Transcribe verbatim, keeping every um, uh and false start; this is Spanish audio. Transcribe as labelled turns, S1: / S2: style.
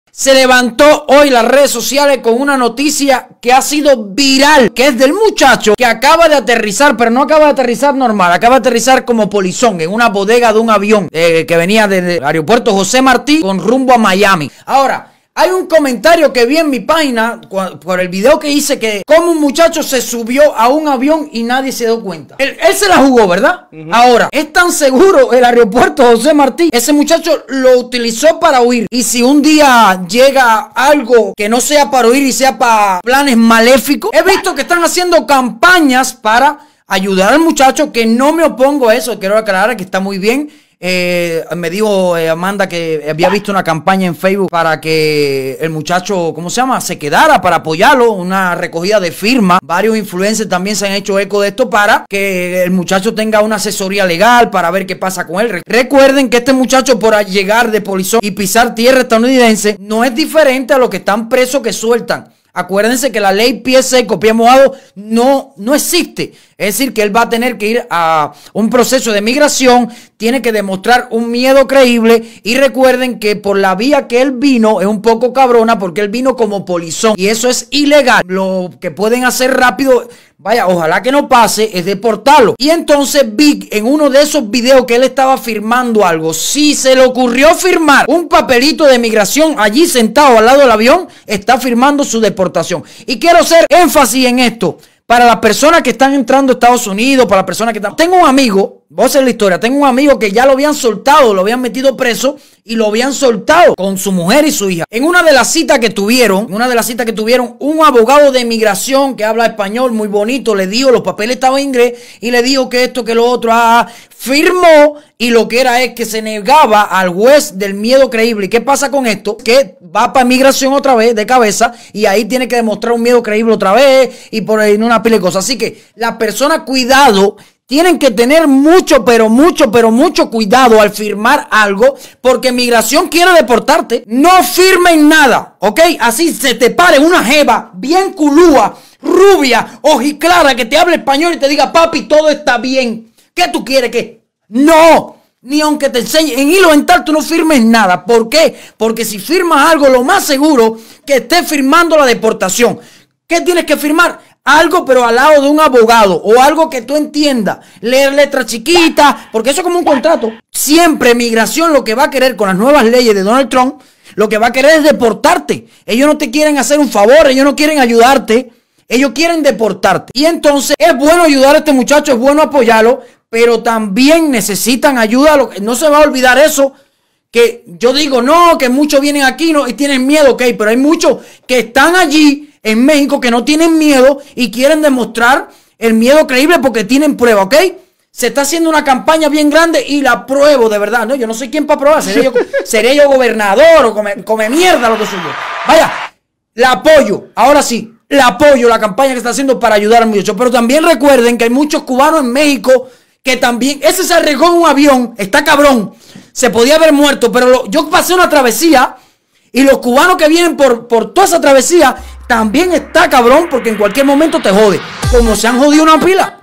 S1: Se levantó hoy las redes sociales con una noticia que ha sido viral, que es del muchacho que acaba de aterrizar, pero no acaba de aterrizar normal, acaba de aterrizar como polizón en una bodega de un avión eh, que venía desde el aeropuerto José Martí con rumbo a Miami. Ahora, hay un comentario que vi en mi página por el video que hice, que como un muchacho se subió a un avión y nadie se dio cuenta. Él, él se la jugó, ¿verdad? Uh-huh. Ahora, es tan seguro el aeropuerto José Martí. Ese muchacho lo utilizó para huir. Y si un día llega algo que no sea para huir y sea para planes maléficos, he visto que están haciendo campañas para ayudar al muchacho, que no me opongo a eso. Quiero aclarar que está muy bien. Eh, me dijo eh, Amanda que había visto una campaña en Facebook para que el muchacho, ¿cómo se llama?, se quedara, para apoyarlo, una recogida de firmas. Varios influencers también se han hecho eco de esto para que el muchacho tenga una asesoría legal para ver qué pasa con él. Recuerden que este muchacho, por llegar de polizón y pisar tierra estadounidense, no es diferente a los que están presos que sueltan. Acuérdense que la ley pie seco, pie mojado no, no existe. Es decir, que él va a tener que ir a un proceso de migración, tiene que demostrar un miedo creíble. Y recuerden que por la vía que él vino es un poco cabrona, porque él vino como polizón y eso es ilegal. Lo que pueden hacer rápido, vaya, ojalá que no pase, es deportarlo. Y entonces vi en uno de esos videos que él estaba firmando algo. Si se le ocurrió firmar un papelito de migración allí sentado al lado del avión, está firmando su deportación. Y quiero hacer énfasis en esto. Para las personas que están entrando a Estados Unidos, para las personas que están... Tengo un amigo, voy a hacer la historia, tengo un amigo que ya lo habían soltado, lo habían metido preso y lo habían soltado con su mujer y su hija. En una de las citas que tuvieron, en una de las citas que tuvieron, un abogado de migración que habla español muy bonito, le dijo, los papeles estaban en inglés, y le dijo que esto, que lo otro, ah, firmó, y lo que era es que se negaba al juez del miedo creíble. ¿Y qué pasa con esto? Que va para migración otra vez, de cabeza, y ahí tiene que demostrar un miedo creíble otra vez, y por ahí una pila de cosas. Así que la persona, cuidado, tienen que tener mucho, pero mucho, pero mucho cuidado al firmar algo, porque migración quiere deportarte. No firmen nada, ¿ok? Así se te pare una jeva bien culúa, rubia, ojiclara, que te hable español y te diga, papi, todo está bien. ¿Qué tú quieres que? No, ni aunque te enseñe en hilo dental, tú no firmes nada. ¿Por qué? Porque si firmas algo, lo más seguro que estés firmando la deportación. ¿Qué tienes que firmar? Algo, pero al lado de un abogado, o algo que tú entiendas, leer letras chiquitas, porque eso es como un contrato. Siempre migración lo que va a querer con las nuevas leyes de Donald Trump, lo que va a querer es deportarte. Ellos no te quieren hacer un favor, ellos no quieren ayudarte, ellos quieren deportarte. Y entonces es bueno ayudar a este muchacho, es bueno apoyarlo, pero también necesitan ayuda. No se va a olvidar eso, que yo digo, no, que muchos vienen aquí no, y tienen miedo, ok, pero hay muchos que están allí en México que no tienen miedo y quieren demostrar el miedo creíble porque tienen prueba, ¿ok? Se está haciendo una campaña bien grande y la pruebo de verdad. No, yo no soy quien para probar. Seré yo, seré yo gobernador o come, come mierda lo que soy yo. Vaya, la apoyo. Ahora sí, la apoyo, la campaña que está haciendo para ayudar al muchacho. Pero también recuerden que hay muchos cubanos en México que también... Ese se arriesgó en un avión, está cabrón. Se podía haber muerto, pero lo, yo pasé una travesía y los cubanos que vienen por, por toda esa travesía... También está cabrón, porque en cualquier momento te jode. Como se han jodido una pila.